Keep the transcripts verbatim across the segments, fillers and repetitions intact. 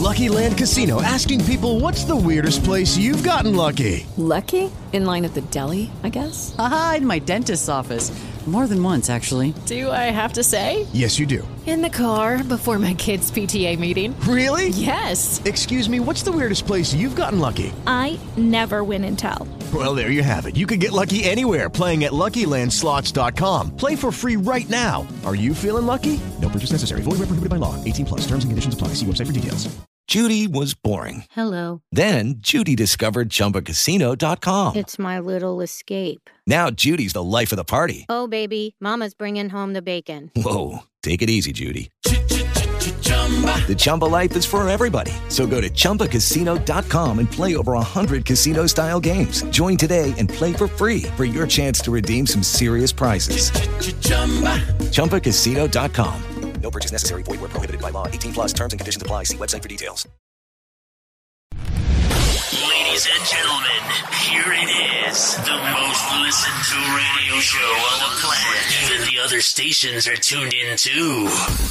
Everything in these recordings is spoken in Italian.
Lucky Land Casino, asking people, what's the weirdest place you've gotten lucky? Lucky? In line at the deli, I guess? Aha, in my dentist's office. More than once, actually. Do I have to say? Yes, you do. In the car before my kids' P T A meeting. Really? Yes. Excuse me, what's the weirdest place you've gotten lucky? I never win and tell. Well, there you have it. You can get lucky anywhere, playing at Lucky Land Slots dot com. Play for free right now. Are you feeling lucky? No purchase necessary. Void where prohibited by law. eighteen plus. Terms and conditions apply. See website for details. Judy was boring. Hello. Then Judy discovered Chumba Casino dot com. It's my little escape. Now Judy's the life of the party. Oh, baby, mama's bringing home the bacon. Whoa, take it easy, Judy. The Chumba life is for everybody. So go to Chumba Casino dot com and play over one hundred casino-style games. Join today and play for free for your chance to redeem some serious prizes. Chumba Casino dot com. No purchase necessary. Void where prohibited by law. eighteen plus. Terms and conditions apply. See website for details. Ladies and gentlemen, here it is. The most listened to radio show on the planet. Even the other stations are tuned in too.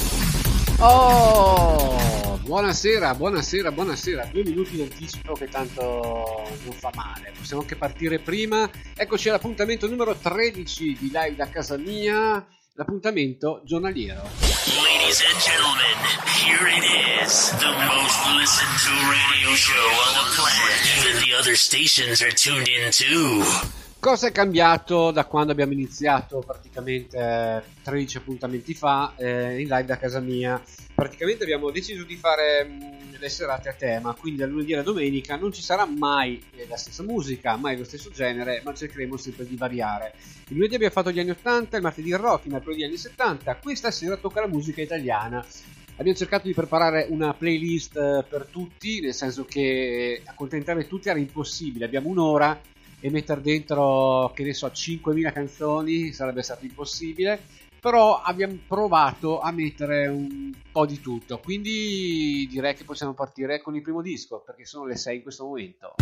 Oh, buonasera, buonasera, buonasera. Due minuti di anticipo che tanto non fa male. Possiamo anche partire prima. Eccoci all'appuntamento numero tredici di Live da casa mia. L'appuntamento giornaliero. Ladies and gentlemen, here it is. The most listened to radio show on the planet. Even the other stations are tuned in too. Cosa è cambiato da quando abbiamo iniziato praticamente tredici appuntamenti fa eh, in live da casa mia? Praticamente abbiamo deciso di fare mh, le serate a tema, quindi dal lunedì alla domenica non ci sarà mai eh, la stessa musica, mai lo stesso genere, ma cercheremo sempre di variare. Il lunedì abbiamo fatto gli anni ottanta, il martedì il rock, il mercoledì gli anni settanta, questa sera tocca la musica italiana. Abbiamo cercato di preparare una playlist eh, per tutti, nel senso che accontentare tutti era impossibile, abbiamo un'ora e mettere dentro, che ne so, cinquemila canzoni sarebbe stato impossibile, però abbiamo provato a mettere un po' di tutto, quindi direi che possiamo partire con il primo disco, perché sono le sei in questo momento.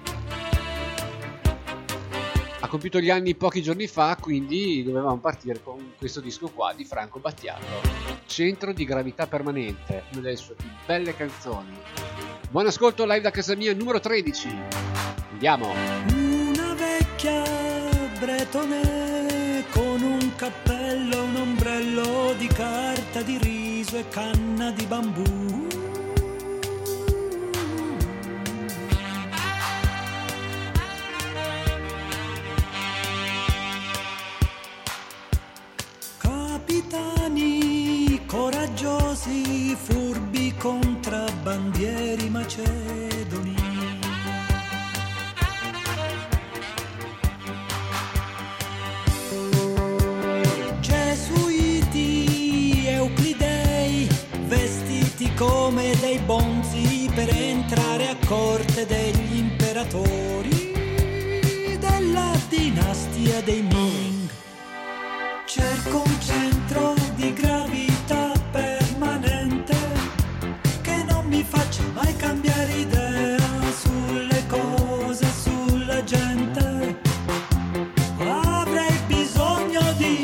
Ha compiuto gli anni pochi giorni fa, quindi dovevamo partire con questo disco qua di Franco Battiato, Centro di Gravità Permanente, una delle sue più belle canzoni. Buon ascolto, live da casa mia numero tredici. Andiamo. Bretone con un cappello, un ombrello di carta di riso e canna di bambù. Capitani coraggiosi, furbi contrabbandieri macedoni. Come dei bonzi per entrare a corte degli imperatori della dinastia dei Ming. Cerco un centro di gravità permanente che non mi faccia mai cambiare idea sulle cose, sulla gente. Avrei bisogno di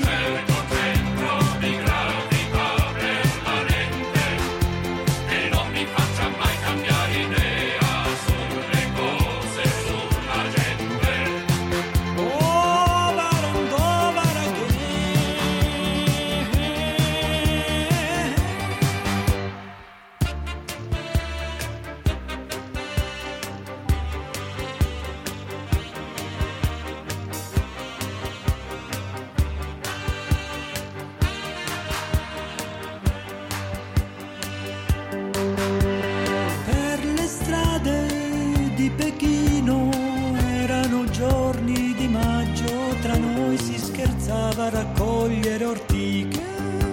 a raccogliere ortiche.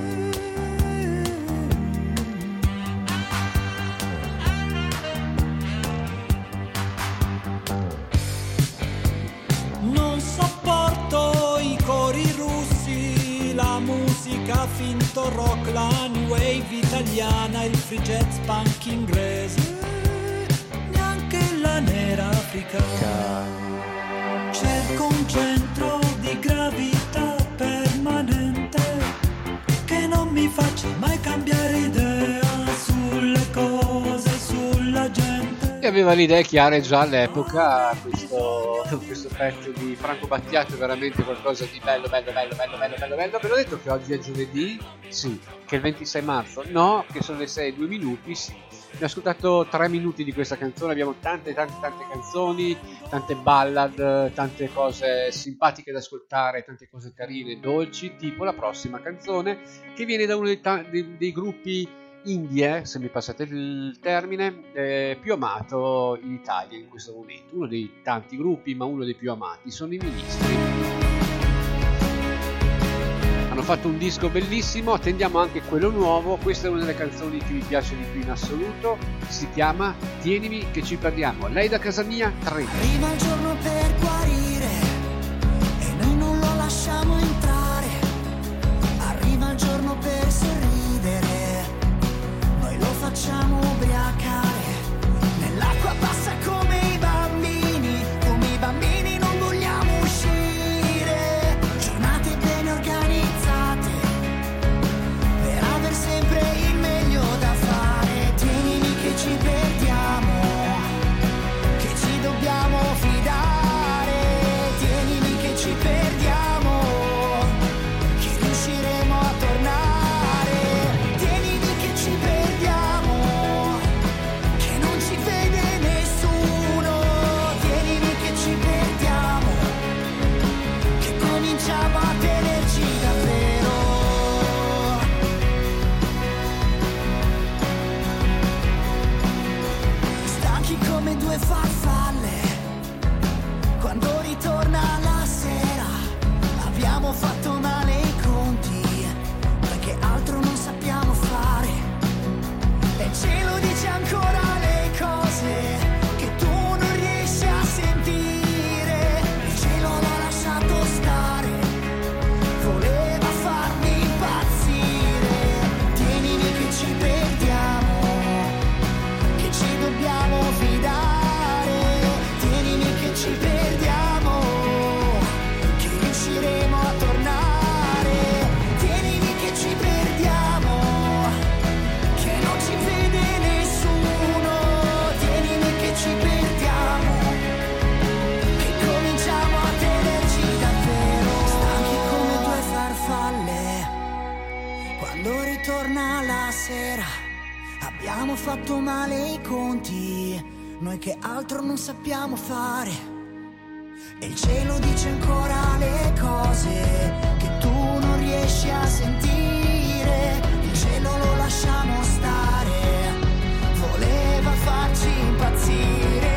Non sopporto i cori russi, la musica finto rock, la new wave italiana, il free jazz punk inglese, neanche la nera africana. Cerco un centro di gravità permanente che non mi faccia mai cambiare idea sulle cose, su Sicuramente aveva le idee chiare già all'epoca. Questo, questo pezzo di Franco Battiato è veramente qualcosa di bello, bello, bello, bello, bello, bello, bello. Ve l'ho detto che oggi è giovedì? Sì. Che è il ventisei marzo? No. Che sono le sei e due minuti? Sì. Mi ho ascoltato tre minuti di questa canzone. Abbiamo tante, tante, tante canzoni, tante ballad, tante cose simpatiche da ascoltare, tante cose carine, dolci, tipo la prossima canzone che viene da uno dei, ta- dei, dei gruppi indie, se mi passate il termine, eh, più amato in Italia in questo momento. Uno dei tanti gruppi, ma uno dei più amati, sono i Ministri. Hanno fatto un disco bellissimo, attendiamo anche quello nuovo. Questa è una delle canzoni che mi piace di più in assoluto, si chiama Tienimi che ci perdiamo. Lei da casa mia, tre. Arriva il giorno per guarire e noi non lo lasciamo entrare. Arriva il giorno per sorridere, noi lo facciamo ubriacare. Nell'acqua passa come i bambini, come i bambini non vogliamo uscire. Giornate bene organizzate per aver sempre il meglio da fare. Tienimi che ci perdiamo, che ci dobbiamo fidare. Tienimi che ci perdiamo, che riusciremo a tornare. Tienimi che ci perdiamo, che non ci vede nessuno. Tienimi che ci perdiamo, che cominciamo a tenerci davvero. Stanchi come due farfalle, quando ritorna la sera, abbiamo fatto male i conti, perché altro non sappiamo fare. E il cielo dice ancora le cose che tu non riesci a sentire. Il cielo l'ha lasciato stare, voleva farmi impazzire. Tienimi che ci perdiamo, che ci dobbiamo fidare. Tienimi che ci perdiamo, che riusciremo a tornare. Tienimi che ci perdiamo, che non ci vede nessuno. Tienimi che ci perdiamo, che cominciamo a tenerci davvero. Stanchi come due farfalle, quando ritorna la sera, abbiamo fatto male i conti, noi che altro non sappiamo fare. E il cielo dice ancora le cose che tu non riesci a sentire. Il cielo lo lasciamo stare, voleva farci impazzire.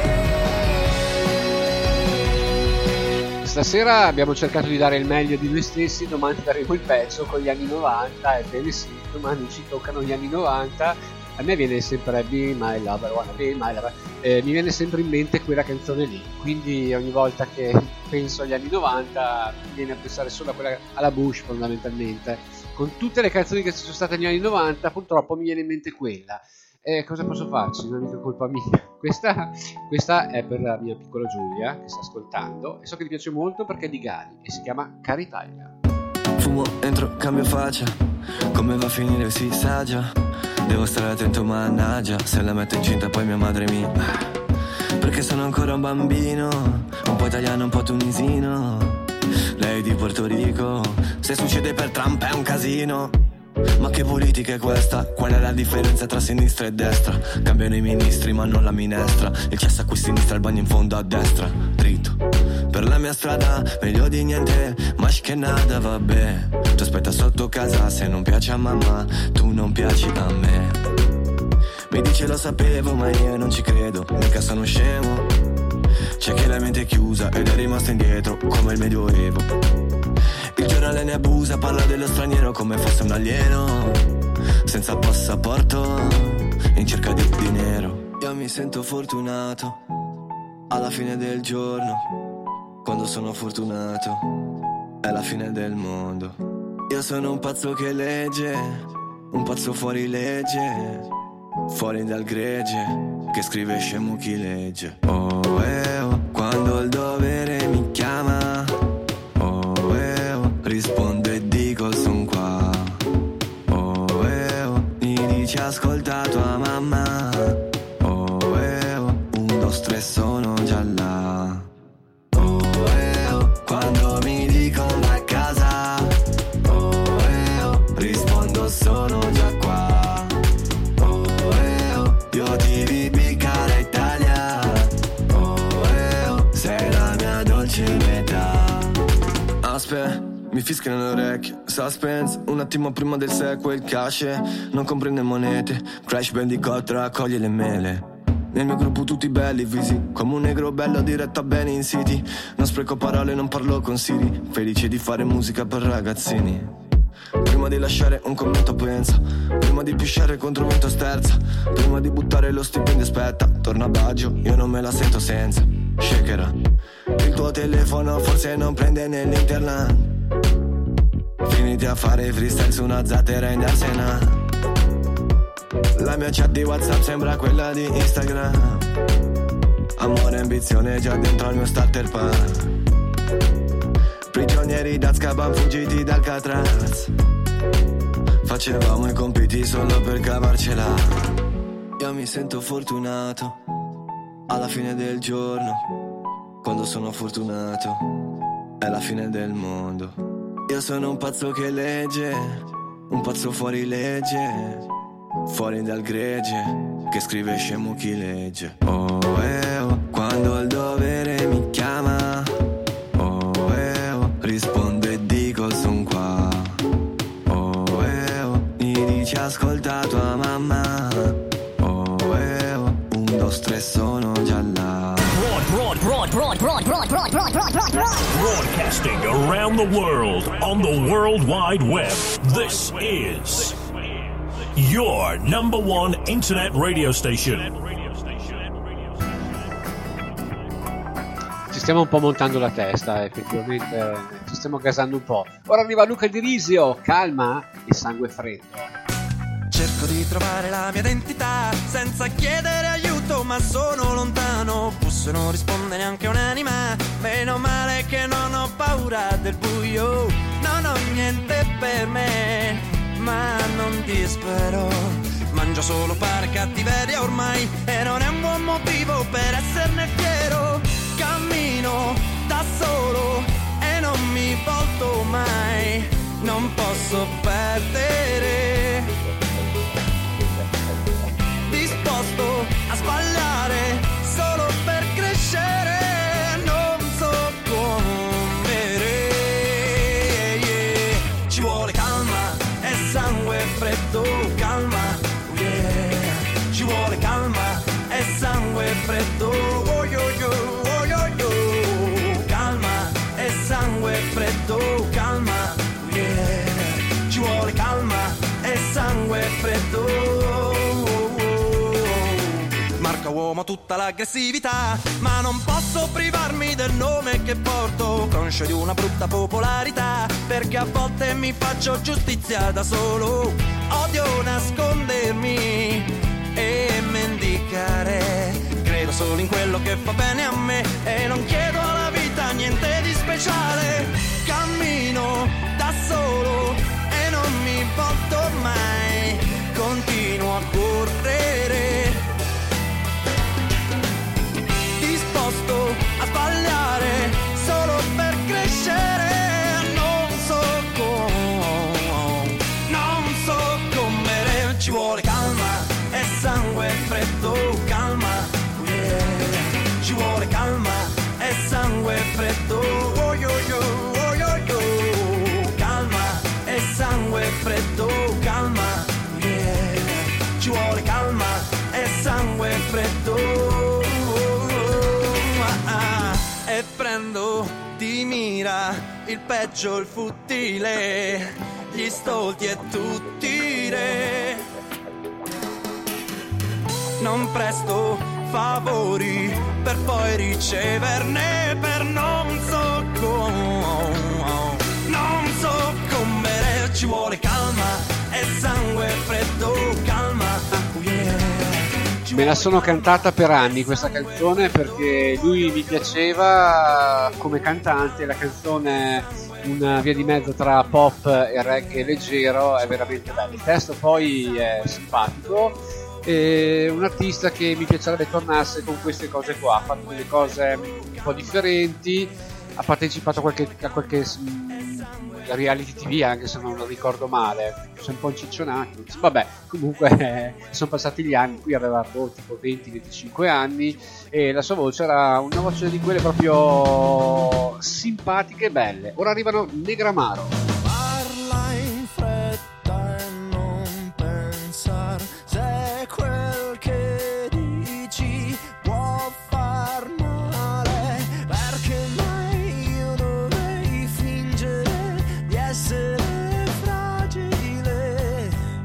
Stasera abbiamo cercato di dare il meglio di noi stessi, domani daremo il pezzo con gli anni novanta. Ebbene sì, domani ci toccano gli anni novanta. A me viene sempre Be My Lover, Wanna Be My Lover, eh, mi viene sempre in mente quella canzone lì, quindi ogni volta che penso agli anni novanta mi viene a pensare solo a quella, alla Bush fondamentalmente. Con tutte le canzoni che ci sono state negli anni novanta purtroppo mi viene in mente quella. E cosa posso farci? Non è mica colpa mia. Questa, questa è per la mia piccola Giulia che sta ascoltando e so che ti piace molto perché è di Gali e si chiama Cara Italia. Fumo, entro, cambio faccia, come va a finire si sa già. Devo stare attento, mannaggia, se la metto incinta poi mia madre mi... Perché sono ancora un bambino, un po' italiano, un po' tunisino. Lei di Porto Rico, se succede per Trump è un casino. Ma che politica è questa? Qual è la differenza tra sinistra e destra? Cambiano i ministri ma non la minestra. Il cesso a qui sinistra, il bagno in fondo a destra. Dritto per la mia strada, meglio di niente, ma che nada, vabbè. Ti aspetta sotto casa, se non piace a mamma, tu non piaci a me. Mi dice lo sapevo, ma io non ci credo, mica sono scemo. C'è chi la mente è chiusa ed è rimasto indietro, come il medioevo. Il giornale ne abusa, parla dello straniero come fosse un alieno, senza passaporto, in cerca di dinero. Io mi sento fortunato, alla fine del giorno. Quando sono fortunato, è la fine del mondo. Io sono un pazzo che legge, un pazzo fuori legge, fuori dal gregge, che scrive scemo chi legge. Oh, eh, oh, quando il dovere mi chiama, oh, eh, oh, rispondo e dico son qua. Oh, eh, oh, mi dice ascolta tua mamma. Oh, eh, oh, un mi fischiano le orecchie. Suspense, un attimo prima del sequel. Cash, non comprende monete. Crash Bandicoot raccoglie le mele. Nel mio gruppo tutti belli visi, come un negro bello diretto a bene in city. Non spreco parole, non parlo con Siri. Felice di fare musica per ragazzini. Prima di lasciare un commento pensa, prima di pisciare contro vento sterza, prima di buttare lo stipendio aspetta. Torna a Baggio, io non me la sento senza. Shakera, il tuo telefono forse non prende nell'internet. Finiti a fare freestyle su una zattera in Arsenal. La mia chat di WhatsApp sembra quella di Instagram. Amore e ambizione già dentro al mio starter pack. Prigionieri d'Azkaban fuggiti dal Alcatraz. Facevamo i compiti solo per cavarcela. Io mi sento fortunato alla fine del giorno. Quando sono fortunato è la fine del mondo. Io sono un pazzo che legge, un pazzo fuori legge, fuori dal gregge, che scrive scemo chi legge. Oh, eh, oh, quando il dovere mi chiama, oh, eh, oh, rispondo e dico son qua. Oh, eh, oh, mi dici ascolta tua mamma. Oh, eh, oh, un, due, tre sono già là. Broad, broad, broad, broad, broad, broad, broad, broad, broad, broad. Broadcasting around the world on the World Wide Web. This is your number one internet radio station. Ci stiamo un po' montando la testa, effettivamente ci stiamo gasando un po'. Ora arriva Luca Di Risio, Calma e Sangue Freddo. Cerco di trovare la mia identità senza chiedere aiuto, ma sono lontano. Busso e non risponde neanche un'anima. Meno male che non ho paura del buio. Non ho niente per me, ma non dispero. Mangio solo pane cattiveria ormai, e non è un buon motivo per esserne fiero. Cammino da solo e non mi volto mai. Non posso perdere. Disposto a sbagliare solo per crescere. Non so come, yeah. Ci vuole calma e sangue freddo. Calma, yeah. Ci vuole calma e sangue freddo. Oh, yo, yo, oh, yo, yo. Calma e sangue freddo. Calma, yeah. Ci vuole calma e sangue freddo. Marca uomo tutta l'aggressività, ma non posso privarmi del nome che porto, conscio di una brutta popolarità, perché a volte mi faccio giustizia da solo. Odio nascondermi e mendicare. Credo solo in quello che fa bene a me e non chiedo alla vita niente di speciale. Cammino da solo e non mi volto mai. Continuo a correre, disposto a sbagliare solo per crescere. Non so come, non so come. Ci vuole calma e sangue freddo. Calma, yeah. Ci vuole calma e sangue freddo. Oh, yo, yo, oh, yo, yo. Calma e sangue freddo. Calma, yeah. Ci vuole calma e sangue freddo. E prendo di mira il peggio, il futile, gli stolti e tutti re. Non presto favori per poi riceverne, per non so come, non so come. Ci vuole calma e sangue freddo. Calma, yeah. Me la sono cantata per anni questa canzone, perché lui mi piaceva come cantante. La canzone, una via di mezzo tra pop e reggae leggero, è veramente bella. Il testo poi è simpatico, è un artista che mi piacerebbe tornasse con queste cose qua. Ha fatto delle cose un po' differenti, ha partecipato a qualche, a qualche reality tivù, anche se non lo ricordo male, sono un po' inciccionato. Vabbè, comunque eh, sono passati gli anni. Qui aveva boh, tipo venti venticinque anni, e la sua voce era una voce di quelle proprio simpatiche e belle. Ora arrivano Negramaro. Parla in fretta e non pensar se quel che dici può far male, perché mai io dovrei fingere di essere fragile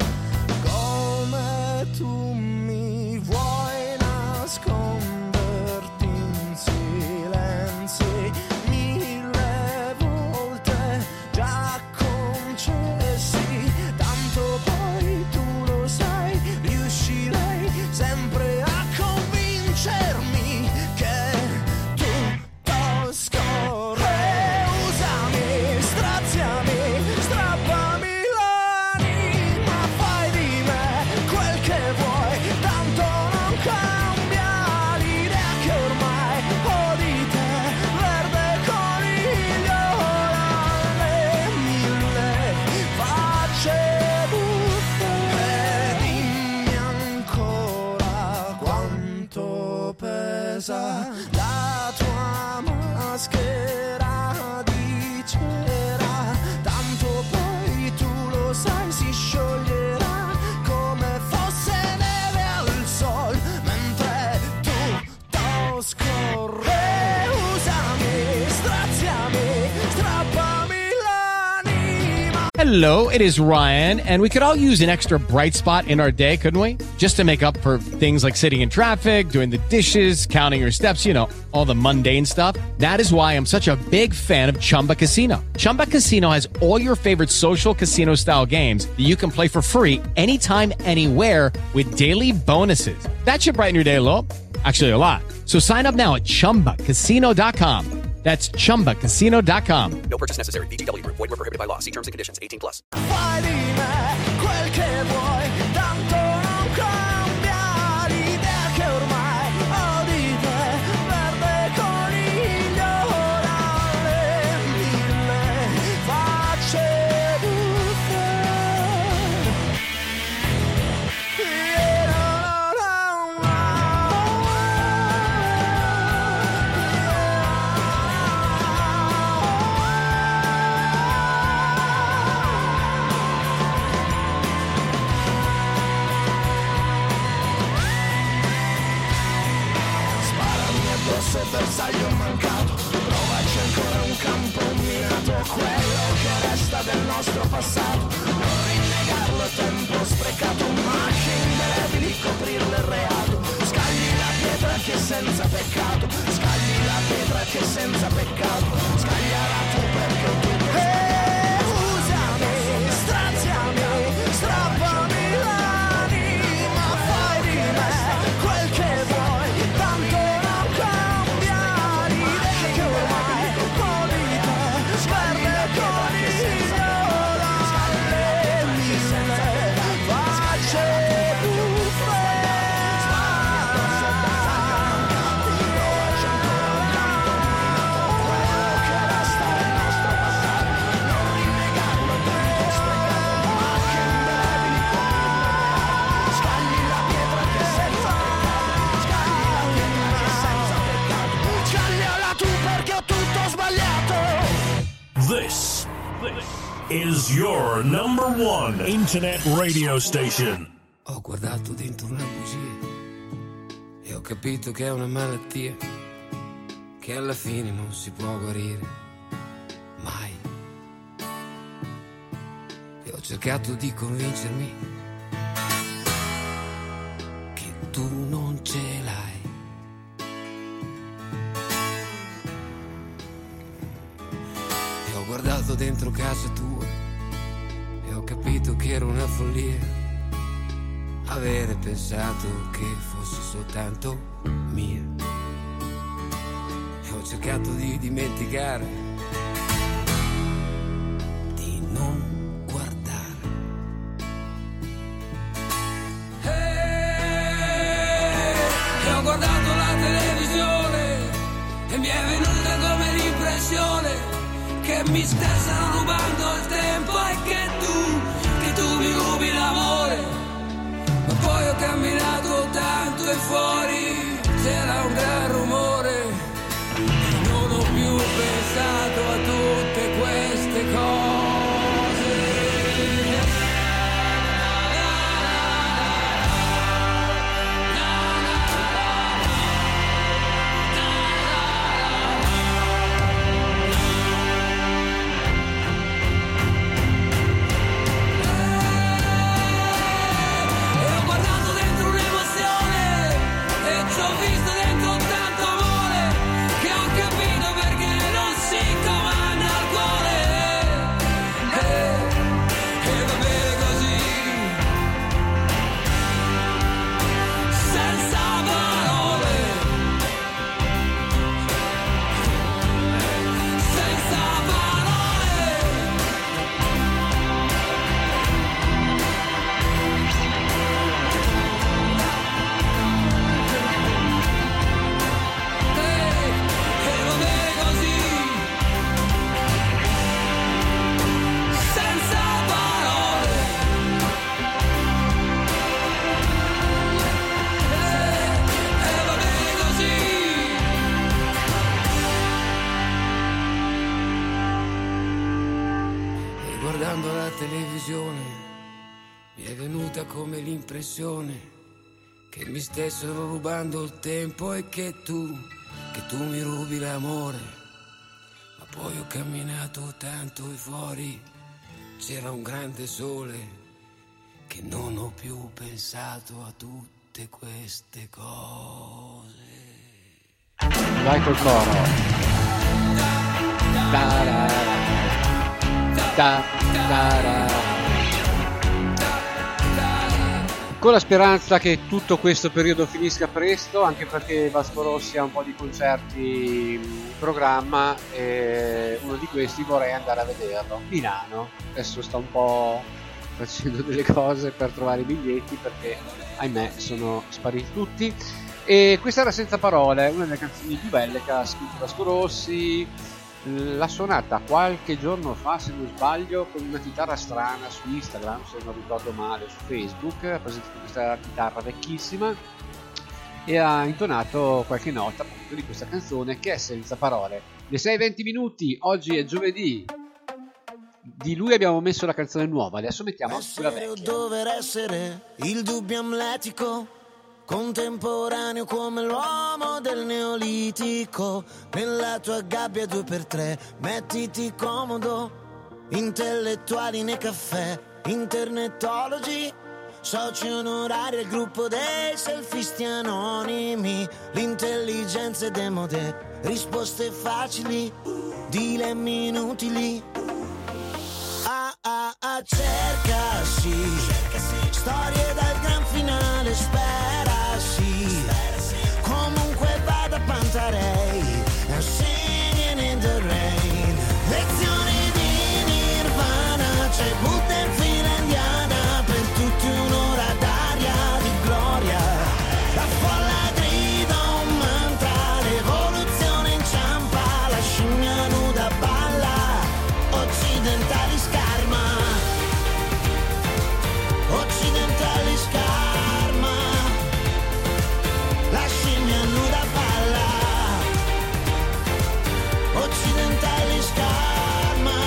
come tu mi vuoi nasconderti in silenzi mille volte già concessi, tanto poi tu lo sai, riuscirei sempre a convincermi che tutto scorre. Usami, straziami, strappami l'anima, fai di me quel che vuoi, tanto non cambia l'idea che ormai ho di te, verde coniglio dalle mille facce buffe. E dimmi ancora quanto pesa la tua maschera di cera, tanto poi tu lo sai, si scioglierà come fosse neve al sol, mentre tutto scorre. Usami, straziami, strappami l'anima. Hello, it is Ryan, and we could all use an extra bright spot in our day, couldn't we? Just to make up for things like sitting in traffic, doing the dishes, counting your steps, you know, all the mundane stuff. That is why I'm such a big fan of Chumba Casino. Chumba Casino has all your favorite social casino style games that you can play for free anytime, anywhere with daily bonuses. That should brighten your day a little. Actually, a lot. So sign up now at chumba casino dot com. That's chumba casino dot com. No purchase necessary. V G W Group. Void where prohibited by law. See terms and conditions. eighteen plus. Fai di me quel che vuoi, tanto non cambia l'idea che ormai ho di te, verde coniglio dalle mille facce buffe. Yeah, no, no, no, Sparami addosso, bersaglio mancato, provaci ancora un campo minato, quello che resta del nostro passato, non rinnegarlo è tempo sprecato, macchine indelebili coprirlo è reato, scagli la pietra che è senza peccato, scagli la pietra che è senza peccato, scagliala tu perché tu eh, usami, straziami, strappami l'anima, fai di me quel che vuoi, tanto non cambia l'idea che ormai ho di te, verde coniglio dalle mille facce buffe. Provaci ancora un campo minato, quello che resta del nostro passato, non rinnegarlo è tempo sprecato, macchine indelebili coprirlo è reato, scagli la pietra che è senza peccato, scagli la pietra che è senza peccato, scagliala tu perché ho tutto sbagliato. This is your number one internet radio station. Ho guardato dentro una bugia e ho capito che è una malattia che alla fine non si può guarire mai. E ho cercato di convincermi che tu non ce l'hai. E ho guardato dentro casa tua e ho capito che era una follia avere pensato che fossi soltanto mia. E ho cercato di dimenticare, di non guardare. E ho guardato la televisione e mi è venuta come l'impressione che mi stessero rubando il tempo e che tu, che tu mi rubi l'amore. Ma poi ho camminato tanto e fuori c'era un gran rumore e non ho più pensato ci ho visto dentro tanto amore che ho capito perché non si comanda al cuore. Eh, e va bene così, senza parole, senza parole. E va bene così, senza parole. E va bene così. E guardando la televisione mi è venuta come l'impressione che mi stessero rubando il tempo e che tu, che tu mi rubi l'amore. Ma poi ho camminato tanto e fuori c'era un grande sole che non ho più pensato a tutte queste cose. Vai col coro. Ta-ra. Ta- ta-ra. Con la speranza che tutto questo periodo finisca presto, anche perché Vasco Rossi ha un po' di concerti in programma e uno di questi vorrei andare a vederlo. Milano. Adesso sto un po' facendo delle cose per trovare i biglietti perché ahimè sono spariti tutti. E questa era Senza Parole, una delle canzoni più belle che ha scritto Vasco Rossi. L'ha suonata qualche giorno fa, se non sbaglio, con una chitarra strana su Instagram, se non ricordo male, su Facebook. Ha presentato questa chitarra vecchissima e ha intonato qualche nota appunto di questa canzone che è Senza Parole. Le sei e venti minuti, oggi è giovedì. Di lui abbiamo messo la canzone nuova, adesso mettiamo quella vecchia. Essere o dover essere il dubbio amletico, contemporaneo come l'uomo del neolitico. Nella tua gabbia due per tre mettiti comodo, intellettuali nei caffè, internetologi, soci onorari al gruppo dei selfisti anonimi. L'intelligenza è demode, risposte facili, dilemmi inutili. Ah ah ah, cercasi, storie dal gran finale, sperasi, comunque vada Pantarei, and singing in the rain. Lezioni di Nirvana, c'è Buddha in fila indiana, per tutti un'ora d'aria di gloria. La folla grida un mantra, l'evoluzione inciampa, la scimmia nuda balla, occidentali scarma, occidentali scarma, la scimmia nuda balla, occidentali scarma.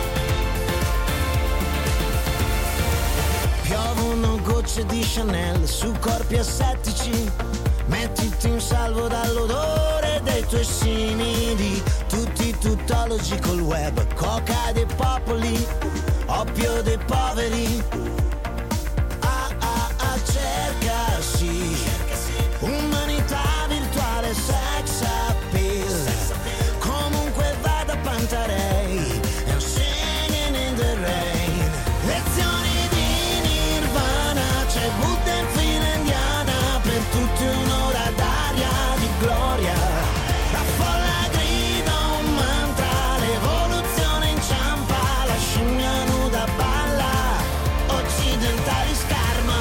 Piovono gocce di Chanel su corpi assettici, mettiti in salvo dall'odore dei tuoi simili. Tutti tuttologi col web, coca dei popoli, oppio dei poveri. Ah ah ah, cercasi, umanità virtuale, sex appeal, comunque vada Pantarei, and singing in the rain. Lezioni di Nirvana, c'è Buddha in fila indiana, per tutti un'ora d'aria di gloria. La folla grida un mantra, l'evoluzione inciampa, la scimmia nuda balla, occidentali scarma,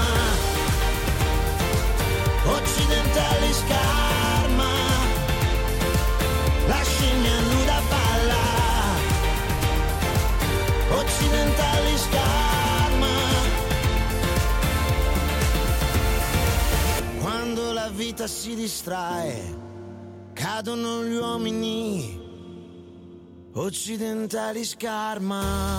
occidentali scarma, la scimmia nuda balla, occidentali scarma. Quando la vita si distrae, cadono gli uomini, occidentali scarma.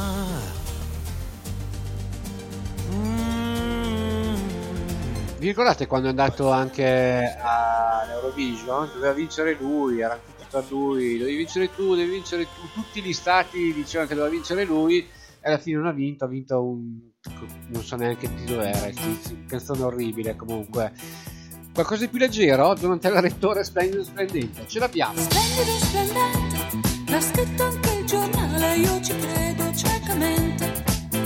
Vi ricordate quando è andato anche all'Eurovision? Doveva vincere lui, era tutto per lui, devi vincere tu, devi vincere tu, tutti gli stati dicevano che doveva vincere lui e alla fine non ha vinto, ha vinto un... non so neanche di dove era, canzone orribile comunque. Qualcosa di più leggero? Donatella Rettore, splendido splendente. Ce l'abbiamo. Splendido splendente, l'ha scritto anche il giornale, io ci credo ciecamente.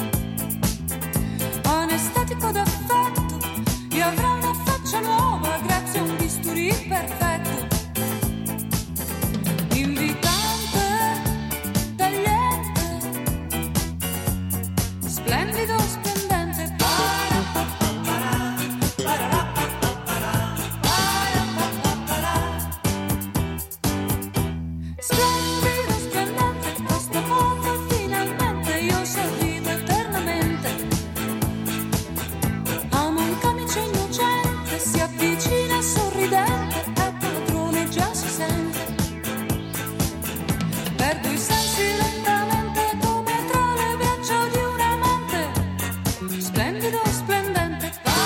Anestetico d'affetto, io avrò una faccia nuova grazie a un bisturi perfetto. Invitante, tagliente, splendido splendente. Splendido splendente, questa volta finalmente io sorrido eternamente. Amo un camice innocente, si avvicina sorridente, è padrone già si sente. Perdo i sensi lentamente come tra le braccia di un amante. Splendido splendente.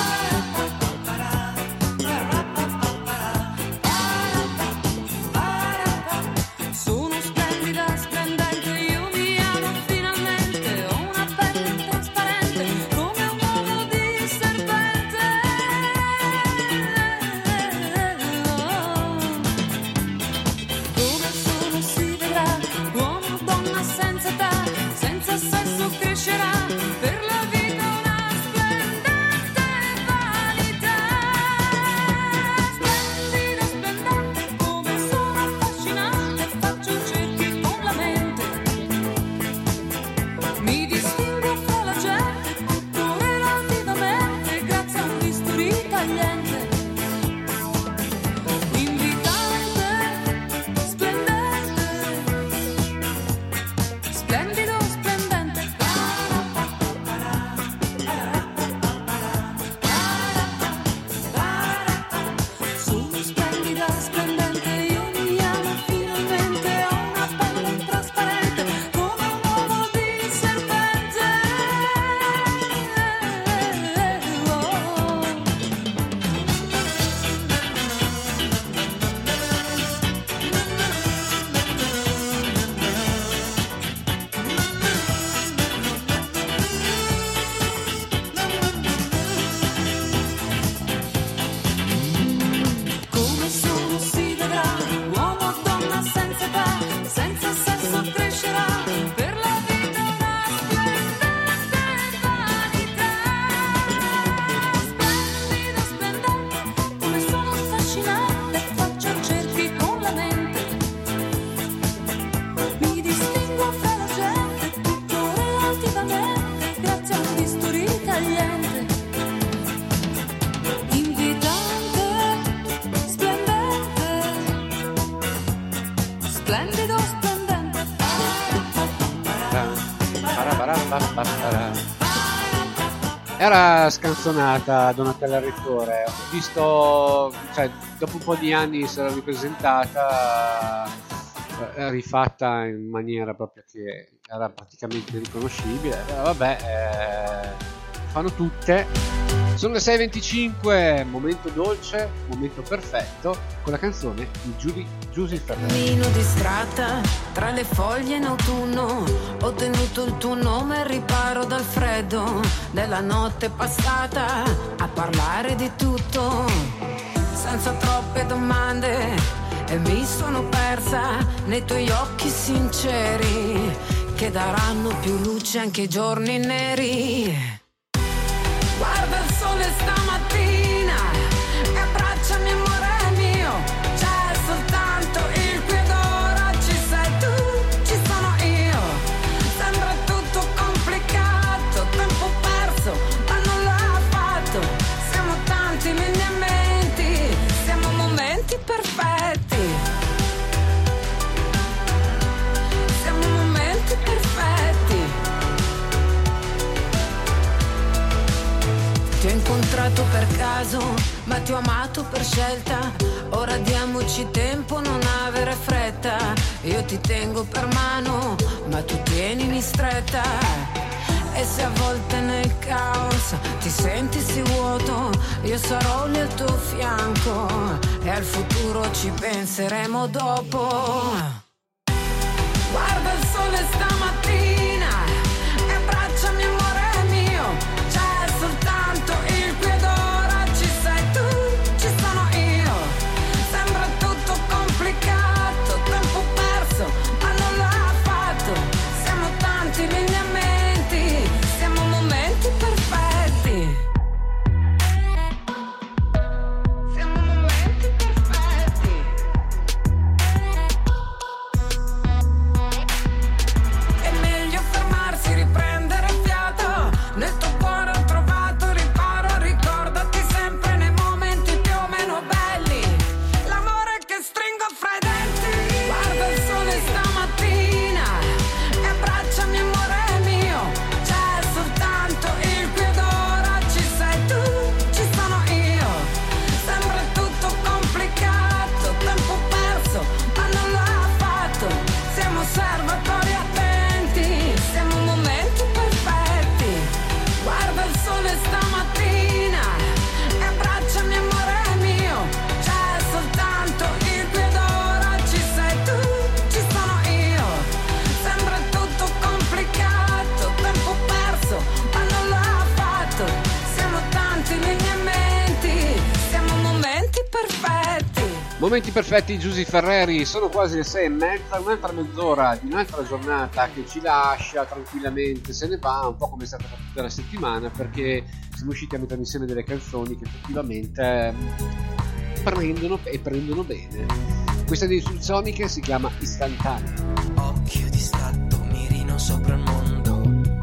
Sono splendida, splendente, io mi amo finalmente. Ho una pelle trasparente come un uovo di serpente. Come sono si vedrà, uomo, donna senza età, senza sesso crescerà, per la vita una splendente vanità. Splendida, splendente, come sono affascinante, faccio cerchi con la mente. Mi distingo fra la gente, tutto relativamente, grazie a un bisturi tagliente. Invitante, splendente, splendido, splendente. Sono splendida, splendente, io mi amo finalmente. Ho una pelle trasparente come un uovo di serpente. Come sono si vedrà, uomo o donna senza età, senza sesso crescerà, per la vita una splendente vanità. Splendida, splendente, come sono affascinante, faccio cerchi con la mente. Mi distingo fra la gente, tutto relativamente, grazie a un bisturi tagliente. Invitante, splendente, splendido, splendente. Era scanzonata Donatella Rettore. Ho visto, cioè, dopo un po' di anni si era ripresentata, eh, rifatta in maniera proprio che era praticamente riconoscibile. Eh, vabbè, eh, fanno tutte. Sono le sei e venticinque, momento dolce, momento perfetto, con la canzone di Giusy Giusy Ferrari. Cammino distratta tra le foglie in autunno, ho tenuto il tuo nome al riparo dal freddo della notte passata, a parlare di tutto senza troppe domande, e mi sono persa nei tuoi occhi sinceri che daranno più luce anche ai giorni neri. Guarda il sole stamattina e abbracciami amore mio, c'è soltanto il qui ed ora, ci sei tu, ci sono io. Sembra tutto complicato, tempo perso ma non l'ha fatto. Siamo tanti lineamenti, siamo momenti perfetti. Siamo momenti perfetti. Ti ho incontrato per caso, ma ti ho amato per scelta. Ora diamoci tempo, non avere fretta. Io ti tengo per mano, ma tu tienimi stretta. E se a volte nel caos ti senti sì vuoto, io sarò lì al tuo fianco e al futuro ci penseremo dopo. Guarda il sole stamattina e abbracciami amore mio, c'è soltanto il qui ed ora, ci sei tu, ci sono Momenti perfetti, Giusy Ferreri, sono quasi le sei e mezza, un'altra mezz'ora di un'altra giornata che ci lascia tranquillamente, se ne va, un po' come è stata per tutta la settimana, perché siamo usciti a metà missione delle canzoni che effettivamente prendono e prendono bene. Questa di Subsonica si chiama Istantanea. Occhio distratto, mirino sopra il mondo.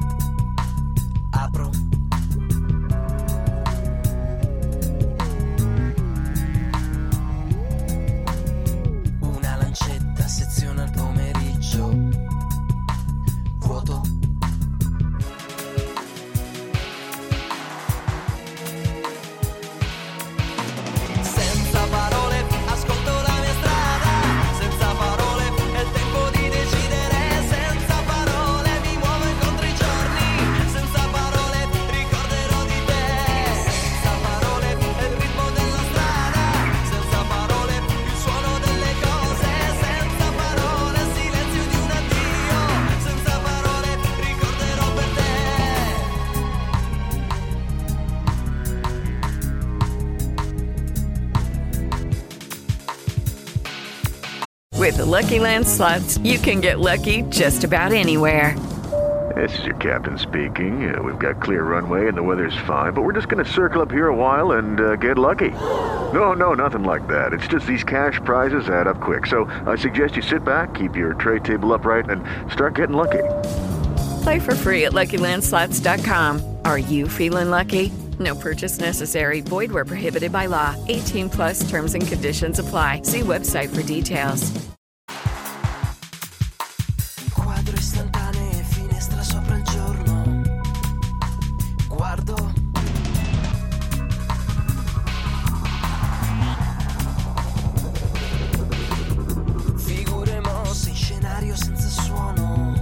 Apro. Una lancetta, seziona il pomeriggio. Vuoto. Senza parole, ascolto la mia strada. Senza parole, è il tempo di decidere. Senza parole, mi muovo incontro i giorni. Senza parole, ricorderò di te. Senza parole, è il ritmo della strada. Senza parole, il suono delle cose. Senza parole, silenzio di un addio. Senza parole, ricorderò per te. With the Lucky Land Slots, you can get lucky just about anywhere. This is your captain speaking. Uh, we've got clear runway and the weather's fine, but we're just going to circle up here a while and uh, get lucky. No, no, nothing like that. It's just these cash prizes add up quick. So I suggest you sit back, keep your tray table upright, and start getting lucky. Play for free at Lucky Land Slots dot com. Are you feeling lucky? No purchase necessary. Void where prohibited by law. eighteen plus terms and conditions apply. See website for details. Quadro istantaneo, finestra sopra il giorno. Guardo. Figure mosse in scenario senza suono.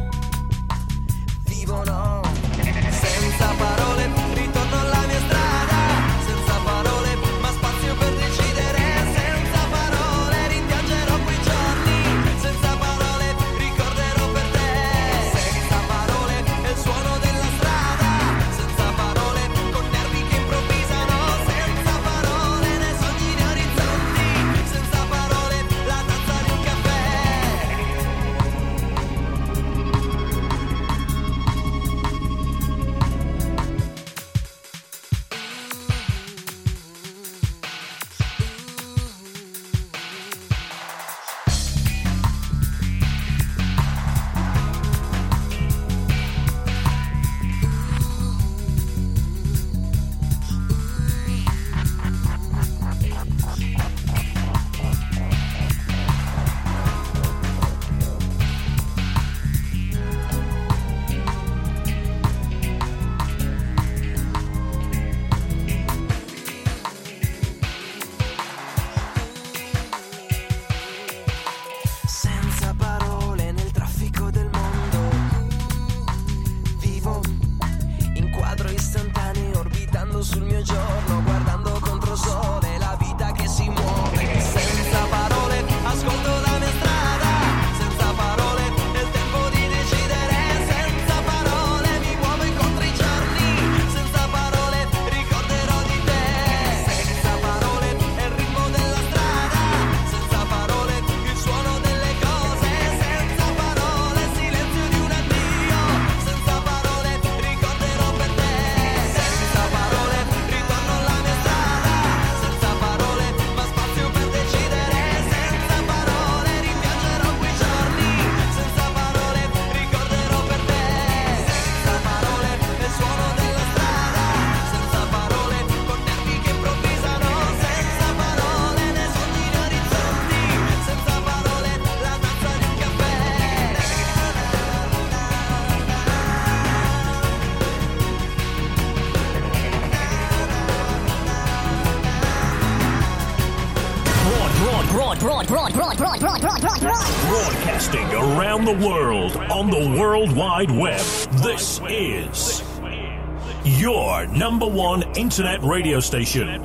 Vivono senza parole, ritorno alla mia strada. Senza parole, ma spazio per decidere. Senza parole, rimpiangerò quei giorni. Senza parole, ricorderò per te. Senza parole, è il suono della strada. Senza parole, con nervi che improvvisano. Senza parole, nei sogni nei orizzonti. Senza parole, la tazza di un caffè. Senza parole nel traffico del mondo. Vivo in quadro istantaneo, orbitando sul mio giorno, guardando contro sole la vita che si muove. Senza parole, ascolto la mia strada. Senza parole, è il tempo di decidere. Senza parole, mi muovo incontro i giorni. Senza parole, ricorderò di te. Senza parole, è il ritmo della strada. Senza parole, il suono delle cose. Senza parole, silenzio di un addio. Senza parole, ricorderò per te. Senza parole, ritorno alla mia strada. Senza parole, ma spazio per decidere. Senza parole, rimpiangerò quei giorni. Senza parole, ricorderò per te. Senza parole, è il suono della strada. Senza parole, con nervi che improvvisano. Senza parole, nei sogni nei orizzonti. Senza parole, la tazza di un caffè. Broad, broad, broad, broad, broad, broad, broad, broad, broad, broad. Broadcasting around the world on the World Wide Web. This is your number one internet radio station.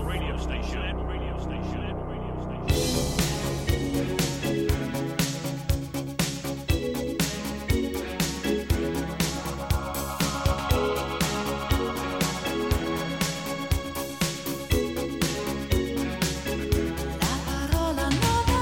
La parola non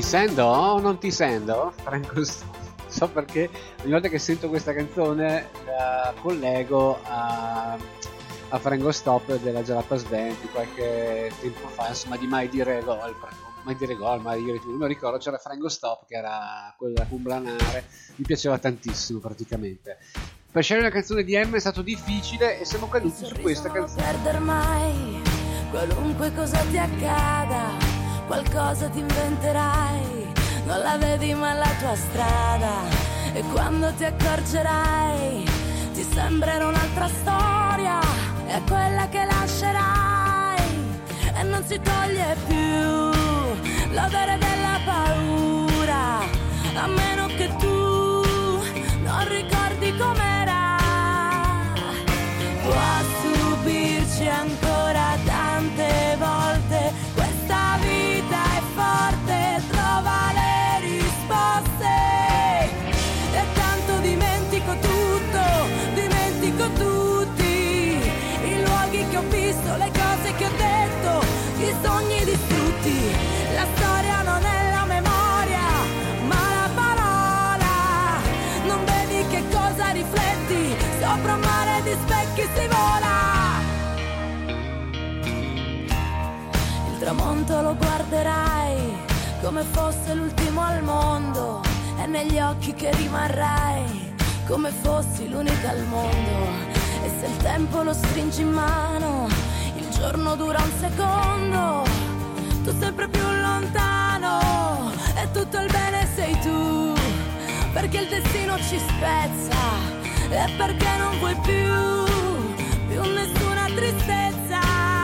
Ti sento o non ti sento? Franco Stop. So perché ogni volta che sento questa canzone la collego a, a Franco Stop della Jalapas Band di qualche tempo fa, insomma, di Mai dire gol, mai dire gol, mai dire tu. Non mi ricordo, c'era Franco Stop che era quella cumblanare, mi piaceva tantissimo praticamente. Per scegliere una canzone di M è stato difficile e siamo caduti su questa canzone. Non perder mai, qualunque cosa ti accada, qualcosa ti inventerai, non la vedi ma la tua strada, e quando ti accorgerai ti sembrerà un'altra storia, è quella che lascerai e non si toglie più l'odore della paura, a meno che tu non ricordi com'era. Può subirci ancora tante volte, questa vita è forte, trova le risposte. E tanto dimentico tutto, dimentico tutti i luoghi che ho visto, le cose che ho detto, i sogni distrutti. La storia non è la memoria, ma la parola. Non vedi che cosa rifletti, sopra un mare di specchi si vola. Il tramonto lo guarderai come fosse l'ultimo al mondo, e negli occhi che rimarrai come fossi l'unica al mondo. E se il tempo lo stringi in mano, il giorno dura un secondo, tu sempre più lontano, e tutto il bene sei tu, perché il destino ci spezza, e perché non vuoi più, più nessuna tristezza.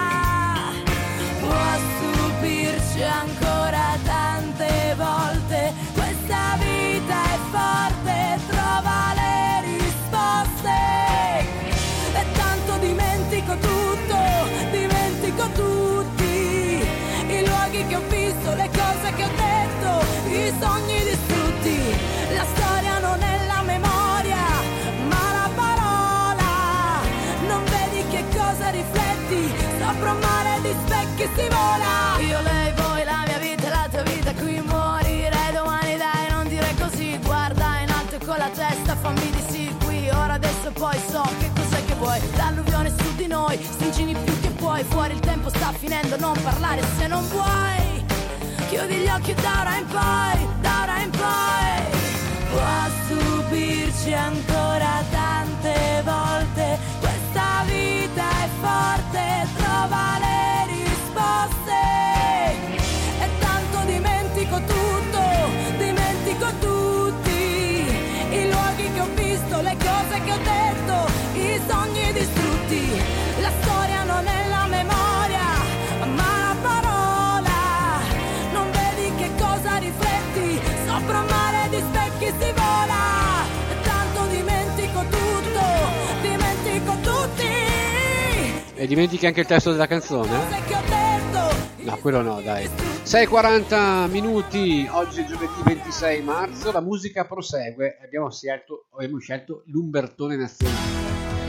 Può stupirci ancora tante volte, questa vita è forte, trova le risposte. E tanto dimentico tutto, dimentico tutti i luoghi che ho visto, le cose che ho detto, i sogni distrutti. La storia non è la memoria, ma la parola. Non vedi che cosa rifletti, sopra un mare di specchi si vola. Io, lei, voi, la mia vita e la tua vita, qui morirei domani, dai, non dire così. Guarda in alto e con la testa fammi di sì, qui, ora, adesso e poi so che cos'è che vuoi. L'alluvione su di noi, stringini più che puoi, fuori il tempo sta finendo, non parlare se non vuoi. Chiudi gli occhi da ora in poi, da ora in poi. Può stupirci ancora tante volte, questa vita è forte, trova le risposte. E tanto dimentico tutto, dimentico tutti i luoghi che ho visto, le cose che ho detto, i sogni distrutti. La storia non è la memoria, ma la parola. Non vedi che cosa rifletti, sopra un mare di specchi si vola. E tanto dimentico tutto, dimentico tutti. E dimentichi anche il testo della canzone? No, quello no, dai. sei e quaranta minuti, oggi è giovedì ventisei marzo, la musica prosegue. Abbiamo scelto, abbiamo scelto l'Umbertone Nazionale.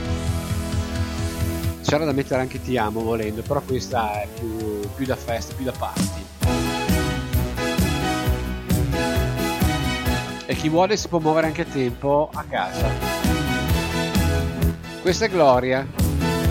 C'era da mettere anche Ti amo volendo, però questa è più, più da festa, più da party. E chi vuole si può muovere anche a tempo a casa. Questa è Gloria.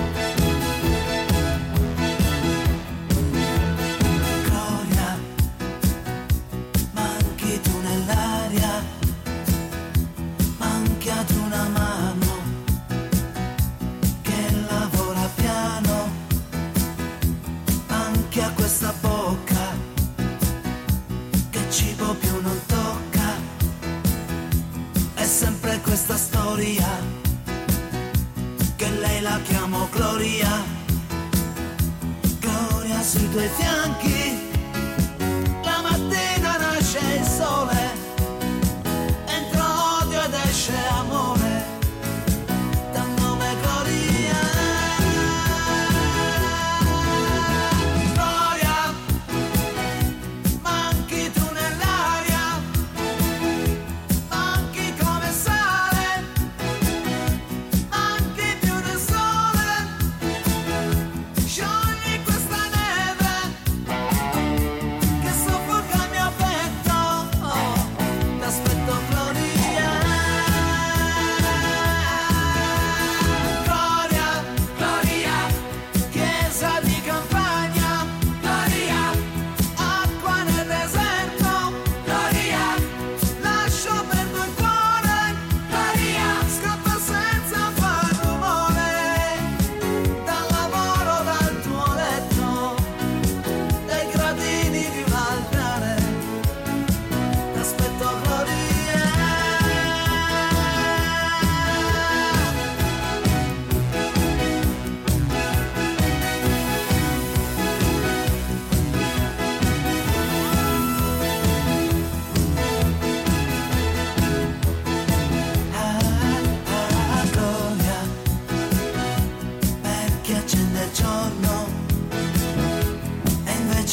Questa bocca che cibo più non tocca, è sempre questa storia che lei la chiamo Gloria. Gloria sui tuoi fianchi, la mattina nasce il sole, entra odio ed esce amore. Sciogli questa neve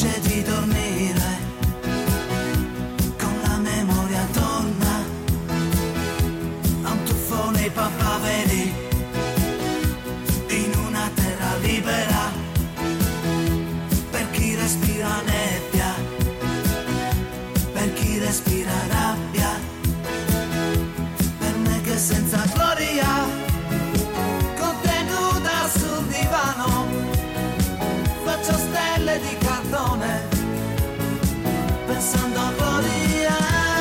invece di dormire con la memoria torna a un tuffo nei papaveri in una terra libera per chi respira nebbia, per chi respira rabbia, per me che senza gloria contenuta sul divano faccio stelle di cartone pensando a gloria.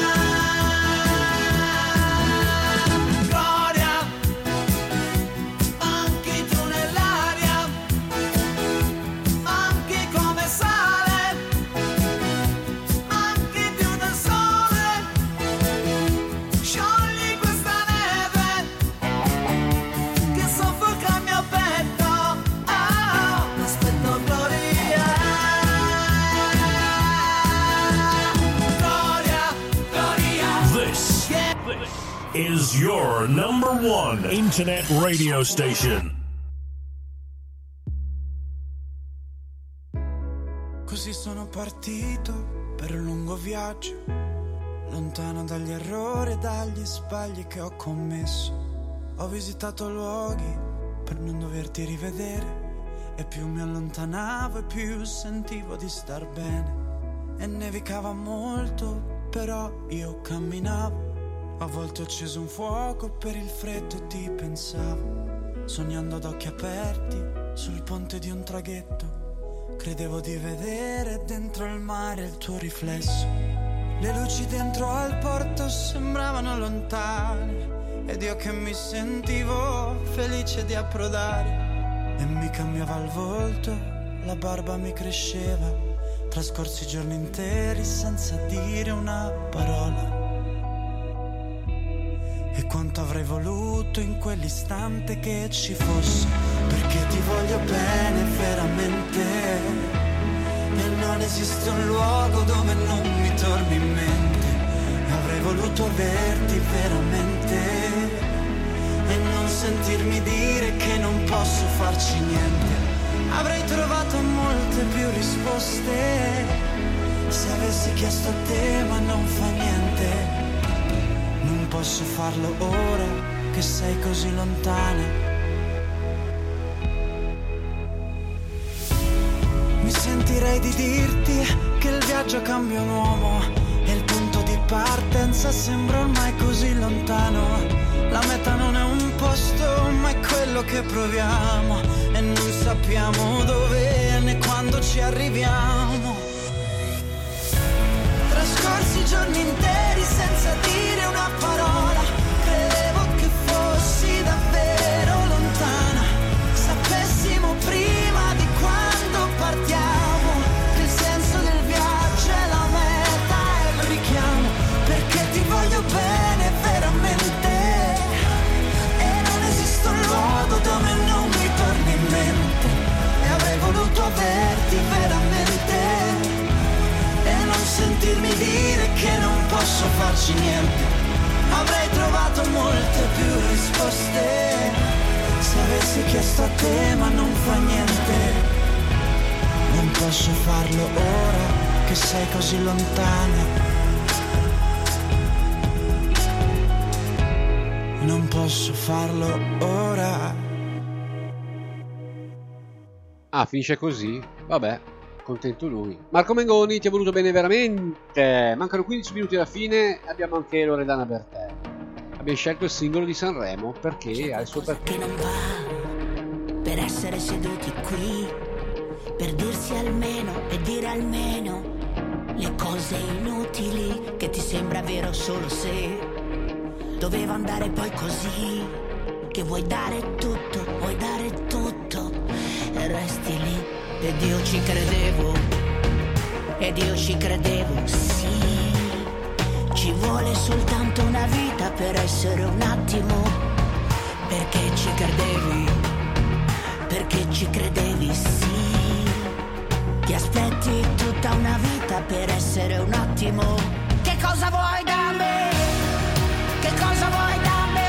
Gloria, manchi tu nell'aria, manchi come sale, manchi più del sole, sciogli questa neve che soffoca il mio petto. Ah, aspetto gloria. This is your number one internet radio station. Così sono partito per un lungo viaggio, lontano dagli errori e dagli sbagli che ho commesso. Ho visitato luoghi per non doverti rivedere, e più mi allontanavo e più sentivo di star bene. E nevicava molto, però io camminavo. A volte ho acceso un fuoco per il freddo e ti pensavo, sognando ad occhi aperti sul ponte di un traghetto. Credevo di vedere dentro il mare il tuo riflesso. Le luci dentro al porto sembravano lontane, ed io che mi sentivo felice di approdare. E mi cambiava il volto, la barba mi cresceva, trascorsi giorni interi senza dire una parola. E quanto avrei voluto in quell'istante che ci fosse, perché ti voglio bene veramente, e non esiste un luogo dove non mi torni in mente. E avrei voluto averti veramente, e non sentirmi dire che non posso farci niente. Avrei trovato molte più risposte se avessi chiesto a te, ma non fa niente. Non posso farlo ora che sei così lontana. Mi sentirei di dirti che il viaggio cambia un uomo, e il punto di partenza sembra ormai così lontano. La meta non è un posto, ma è quello che proviamo, e non sappiamo dove né quando ci arriviamo. Trascorsi giorni interi senza dire una parola, credevo che fossi davvero lontana. Sapessimo prima di quando partiamo che il senso del viaggio è la meta e il richiamo, perché ti voglio bene veramente, e non esiste un luogo dove non mi torni in mente. E avrei voluto averti veramente, sentirmi dire che non posso farci niente. Avrei trovato molte più risposte se avessi chiesto a te, ma non fa niente. Non posso farlo ora che sei così lontana. Non posso farlo ora. Ah, finisce così? Vabbè, contento lui. Marco Mengoni, ti ha voluto bene veramente. Mancano quindici minuti alla fine. Abbiamo anche Loredana Bertè. Abbiamo scelto il singolo di Sanremo perché ha il suo perché. Che non va per essere seduti qui, per dirsi almeno e dire almeno le cose inutili che ti sembra vero solo se doveva andare poi così, che vuoi dare tutto, vuoi dare tutto e resti lì. Ed io ci credevo, ed io ci credevo, sì. Ci vuole soltanto una vita per essere un attimo, perché ci credevi, perché ci credevi, sì. Ti aspetti tutta una vita per essere un attimo. Che cosa vuoi da me? Che cosa vuoi da me?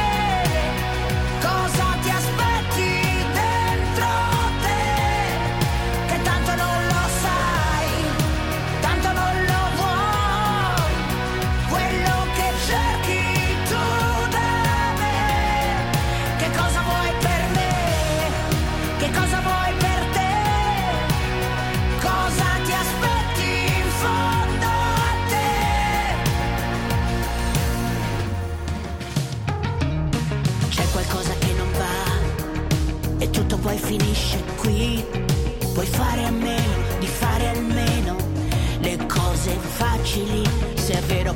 Cosa ti aspetti dentro te? Che tanto non lo sai,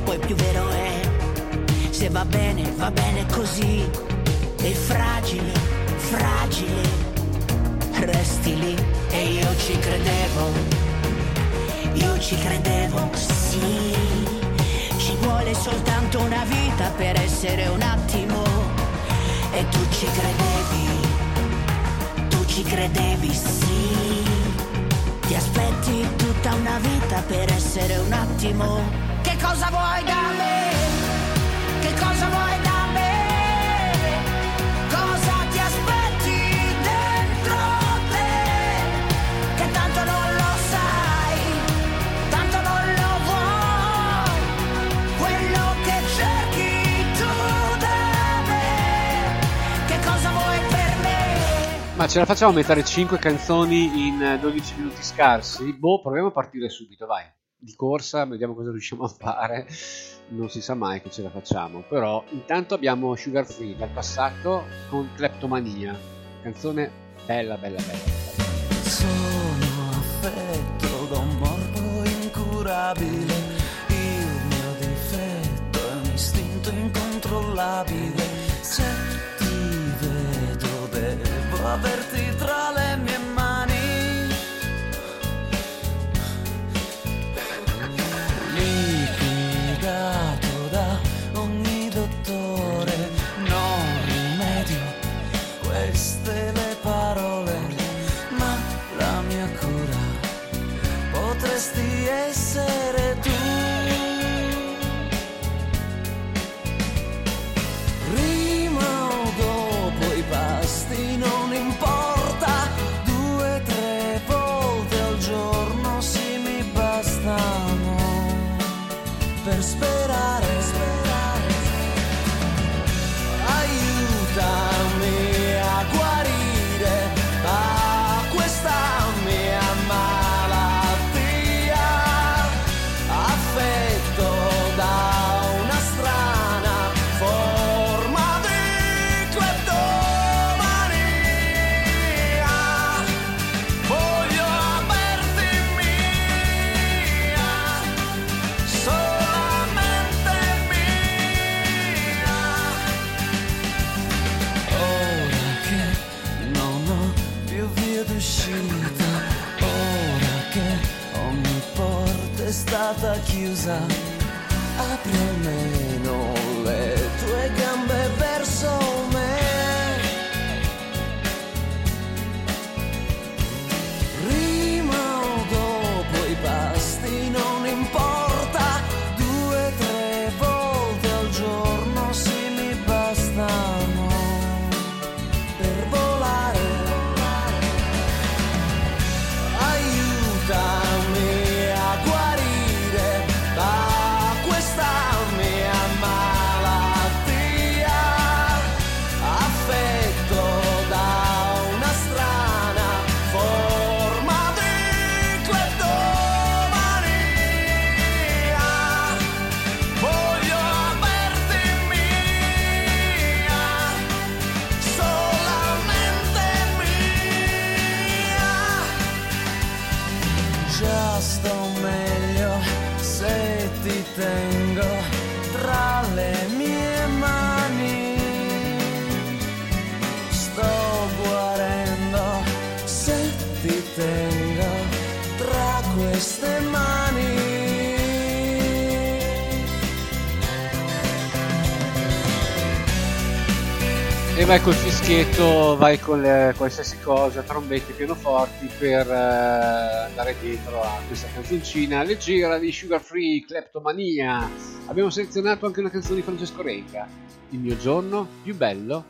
poi più vero è. Se va bene, va bene così. E fragile, fragile, resti lì. E io ci credevo, io ci credevo, sì. Ci vuole soltanto una vita per essere un attimo. E tu ci credevi, tu ci credevi, sì. Ti aspetti tutta una vita per essere un attimo. Che cosa vuoi da me? Che cosa vuoi da me? Cosa ti aspetti dentro te? Che tanto non lo sai, tanto non lo vuoi. Quello che cerchi tu da me. Che cosa vuoi per me? Ma ce la facciamo a mettere cinque canzoni in dodici minuti scarsi? Boh, proviamo a partire subito, vai. Di corsa, vediamo cosa riusciamo a fare. Non si sa mai che ce la facciamo. Però intanto abbiamo Sugar Free dal passato con Kleptomania. Canzone bella, bella, bella. Sono affetto da un morbo incurabile. Il mio difetto è un istinto incontrollabile. Se ti vedo devo averti tra le mie mani. Liquidato da ogni dottore, non rimedio queste le parole, ma la mia cura potresti essere tu. Prima o dopo i pasti non importa, due tre volte al giorno sì mi bastano per sperare, sperare. Aiutami a guarire da questa mia malattia, affetto da una strana forma di cleptomania. Voglio averti mia, solamente mia. Ora che non ho più via d'uscita, ora che ogni porta è stata chiusa, apri almeno le tue gambe verso me. Prima o dopo i pasti non importa, due tre volte al giorno sì mi bastano per volare. Aiutami a guarire da questa mia malattia, affetto da una strana forma di cleptomania. Voglio averti mia, solamente mia. Già sto meglio se ti tengo tra le mie mani. Sto guarendo se ti tengo tra queste mani. E vai col fischietto, vai con le, qualsiasi cosa, trombette, pianoforti per eh, andare dietro a questa canzoncina leggera di Sugar Free, Kleptomania. Abbiamo selezionato anche una canzone di Francesco Renca, Il mio giorno più bello.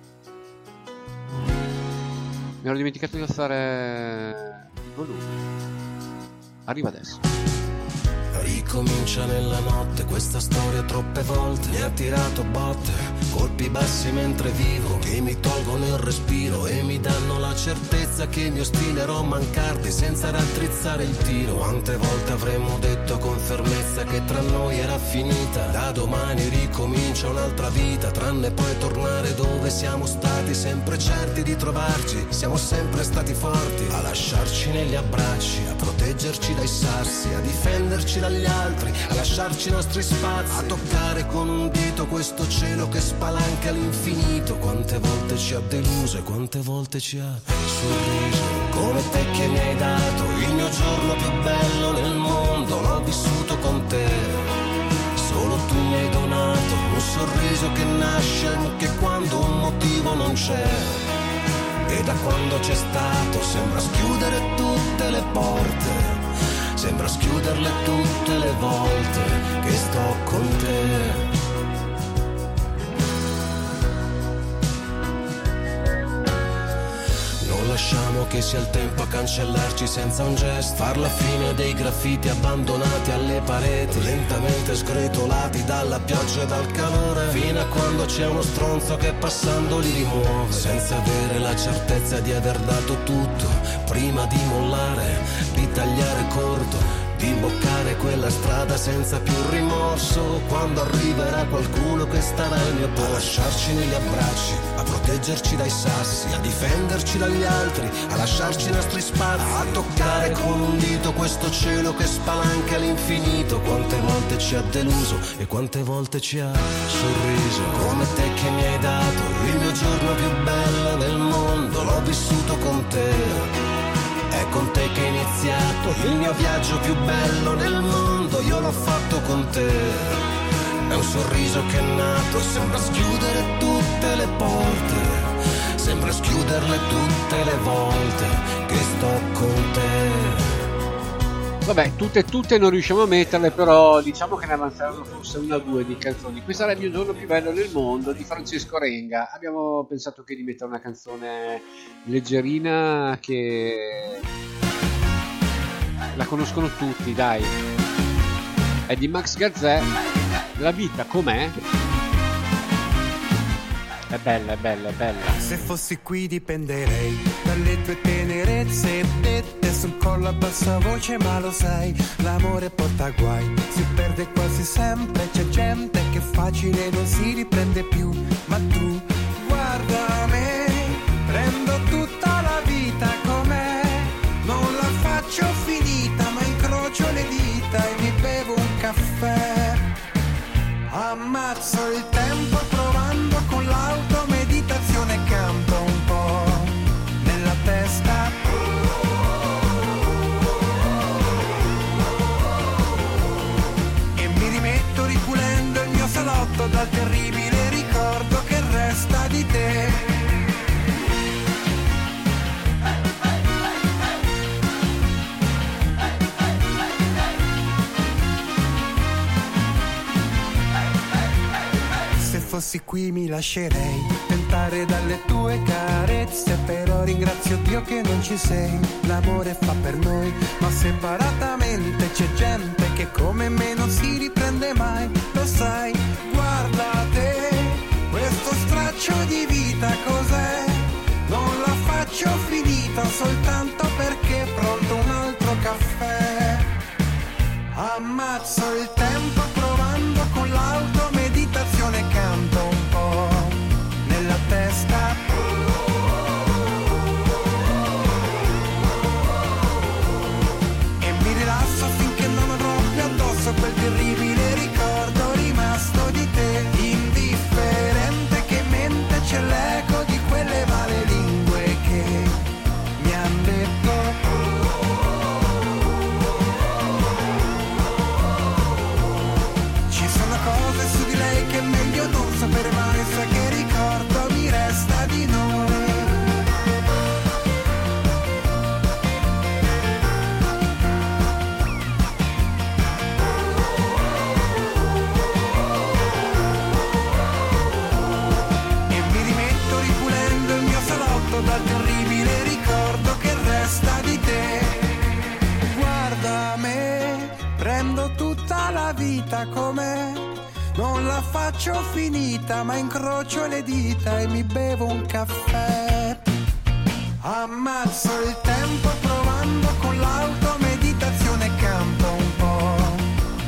Mi ero dimenticato di alzare il volume. Arriva adesso. Ricomincia nella notte questa storia troppe volte. Mi ha tirato botte, colpi bassi mentre vivo, che mi tolgono il respiro e mi danno la certezza che mi ostinerò a mancarti senza raddrizzare il tiro. Quante volte avremmo detto con fermezza che tra noi era finita. Da domani ricomincia un'altra vita, tranne poi tornare dove siamo stati, sempre certi di trovarci. Siamo sempre stati forti, a lasciarci negli abbracci, a proteggerci dai sassi, a difenderci dagli altri, a lasciarci i nostri spazi, a toccare con un dito questo cielo che spalanca all'infinito. Quante volte ci ha deluso e quante volte ci ha sorriso. Come te che mi hai dato il mio giorno più bello nel mondo, l'ho vissuto con te. Solo tu mi hai donato un sorriso che nasce anche quando un motivo non c'è. E da quando c'è stato sembra schiudere tutte le porte, sembra schiuderle tutte le volte che sto con te. Lasciamo che sia il tempo a cancellarci senza un gesto, far la fine dei graffiti abbandonati alle pareti, lentamente sgretolati dalla pioggia e dal calore, fino a quando c'è uno stronzo che passando li rimuove, senza avere la certezza di aver dato tutto, prima di mollare, di tagliare corto, di imboccare quella strada senza più rimorso. Quando arriverà qualcuno che starà al mio posto, a lasciarci negli abbracci, a proteggerci dai sassi, a difenderci dagli altri, a lasciarci i nostri spazi, a toccare con un dito questo cielo che spalanca all'infinito. Quante volte ci ha deluso e quante volte ci ha sorriso. Come te che mi hai dato il mio giorno più bello del mondo, l'ho vissuto con te. È con te che è iniziato il mio viaggio più bello nel mondo, io l'ho fatto con te. È un sorriso che è nato, sembra schiudere tutte le porte, sembra schiuderle tutte le volte che sto con te. Vabbè, tutte e tutte non riusciamo a metterle, però diciamo che ne avanzarono forse una o due di canzoni. Questo era il mio giorno più bello del mondo di Francesco Renga. Abbiamo pensato che di mettere una canzone leggerina che la conoscono tutti, dai. È di Max Gazzè, La vita com'è. È bella, è bella, è bella. Se fossi qui dipenderei dalle tue tenerezze dette sul collo a bassa voce, ma lo sai, l'amore porta guai, si perde quasi sempre, c'è gente che facile non si riprende più, ma tu guarda me, prendo tutta la vita com'è, non la faccio finita, ma incrocio le dita e mi bevo un caffè, ammazzo il tempo provando con l'automeditazione, canto un po' nella testa. E mi rimetto ripulendo il mio salotto dal terribile ricordo che resta di te. Fossi qui mi lascerei tentare dalle tue carezze, però ringrazio Dio che non ci sei. L'amore fa per noi, ma separatamente c'è gente che come me non si riprende mai. Lo sai, guarda te, questo straccio di vita cos'è? Non la faccio finita soltanto perché è pronto un altro caffè. Ammazzo il tempo provando con l'automeditazione, canto un po' nella testa. E mi rilasso finché non avrò più addosso quel terribile ricordo rimasto di te. Indifferente che mente c'è l'eco di quelle male lingue che mi han detto. Cose su di lei che è meglio non sapere mai, sa che ricordo mi resta di noi. E mi rimetto ripulendo il mio salotto dal terribile ricordo che resta di te. Guarda me, prendo tutta la vita com'è, non la faccio finita, ma incrocio le dita e mi bevo un caffè. Ammazzo il tempo provando con l'automeditazione, canto un po'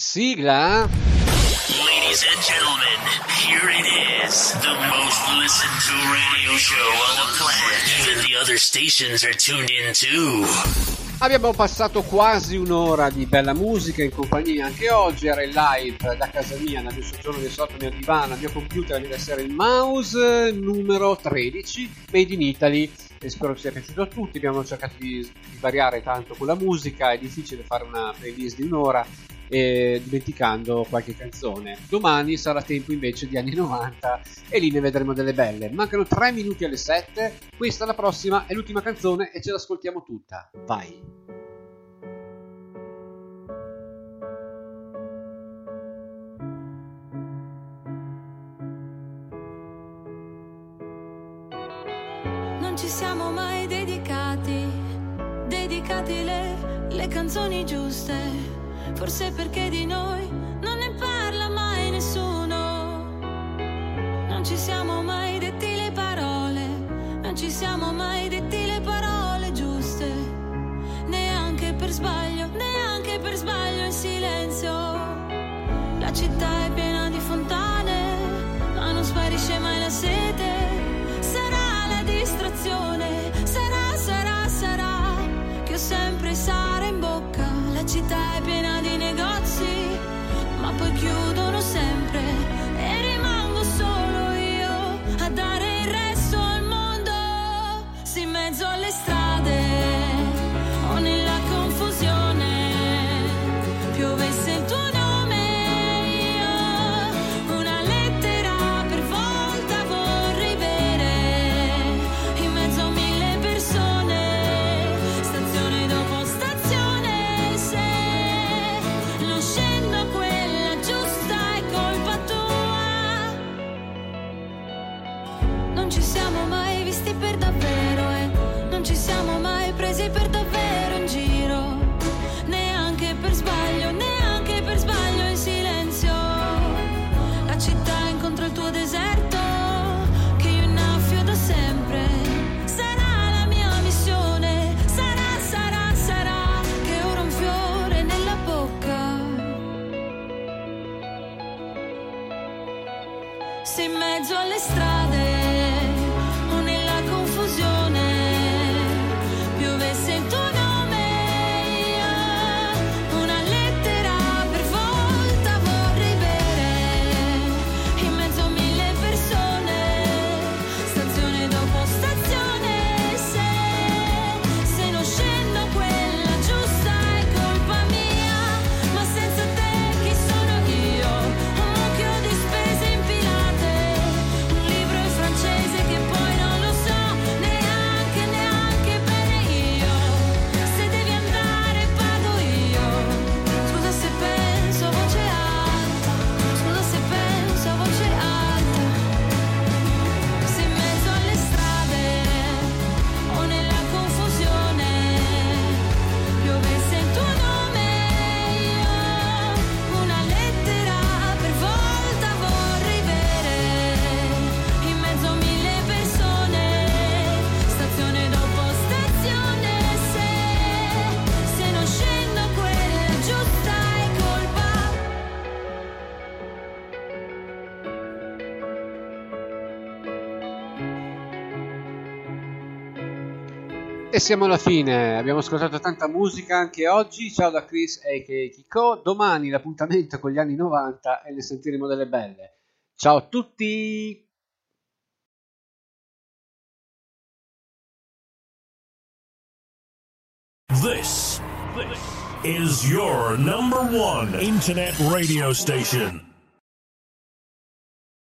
Sigla. Ladies and gentlemen, here it is, the most listened to radio show on the planet. Even the other stations are tuned in too. Abbiamo passato quasi un'ora di bella musica in compagnia anche oggi. Era in live da casa mia, nel mio soggiorno di sotto, al mio divano, al mio computer, a essere il mouse numero tredici, Made in Italy. E spero sia piaciuto a tutti. Abbiamo cercato di, di variare tanto con la musica. È difficile fare una playlist di un'ora e dimenticando qualche canzone. Domani sarà tempo invece di anni novanta e lì ne vedremo delle belle. Mancano tre minuti alle sette. Questa è la prossima, è l'ultima canzone e ce l'ascoltiamo tutta. Vai. Non ci siamo mai dedicati, dedicati le, le canzoni giuste. Forse perché di noi non ne parla mai nessuno. Non ci siamo mai detti le parole, non ci siamo mai detti le parole giuste. Neanche per sbaglio, neanche per sbaglio in silenzio. La città è piena di fontane, ma non sparisce mai la sete. Sarà la distrazione, sarà, sarà, sarà, che ho sempre sale in bocca. La città è piena di negozi, ma poi chiudono sempre e rimango solo io a dare il resto al mondo. Se in mezzo alle strade o nella confusione piovesse il tuo nome, io una lettera per volta vorrei bere in mezzo a mille persone, stazione dopo stazione. Non scendo quella giusta, è colpa tua. Non ci siamo mai visti per davvero e non ci siamo mai presi per davvero in giro. Neanche per sbaglio, neanche per sbaglio in silenzio. La città incontra il tuo deserto che io innaffio da sempre. Sarà la mia missione, sarà, sarà, sarà che ora un fiore nella bocca. Se in mezzo alle strade o nella confusione piovesse il tuo nome, io una lettera per volta vorrei bere in mezzo a mille persone, stazione dopo stazione. Se, se non scendo quella giusta è colpa mia, ma senza te chi sono io? Un mucchio di spese impilate, un libro in francese che poi non lo so neanche, neanche bene io. Se devi andare pago io. Scusa se penso a voce alta, scusa se penso a voce alta. Se in mezzo alle strade o nella confusione piovesse il tuo nome, io una lettera per volta vorrei bere in mezzo a mille persone, stazione dopo stazione. Se, se non scendo quella giusta è colpa. E siamo alla fine, abbiamo ascoltato tanta musica anche oggi. Ciao da Chris a k a. Kiko. Domani l'appuntamento con gli anni novanta e ne sentiremo delle belle. Ciao a tutti. This is your number one internet radio station.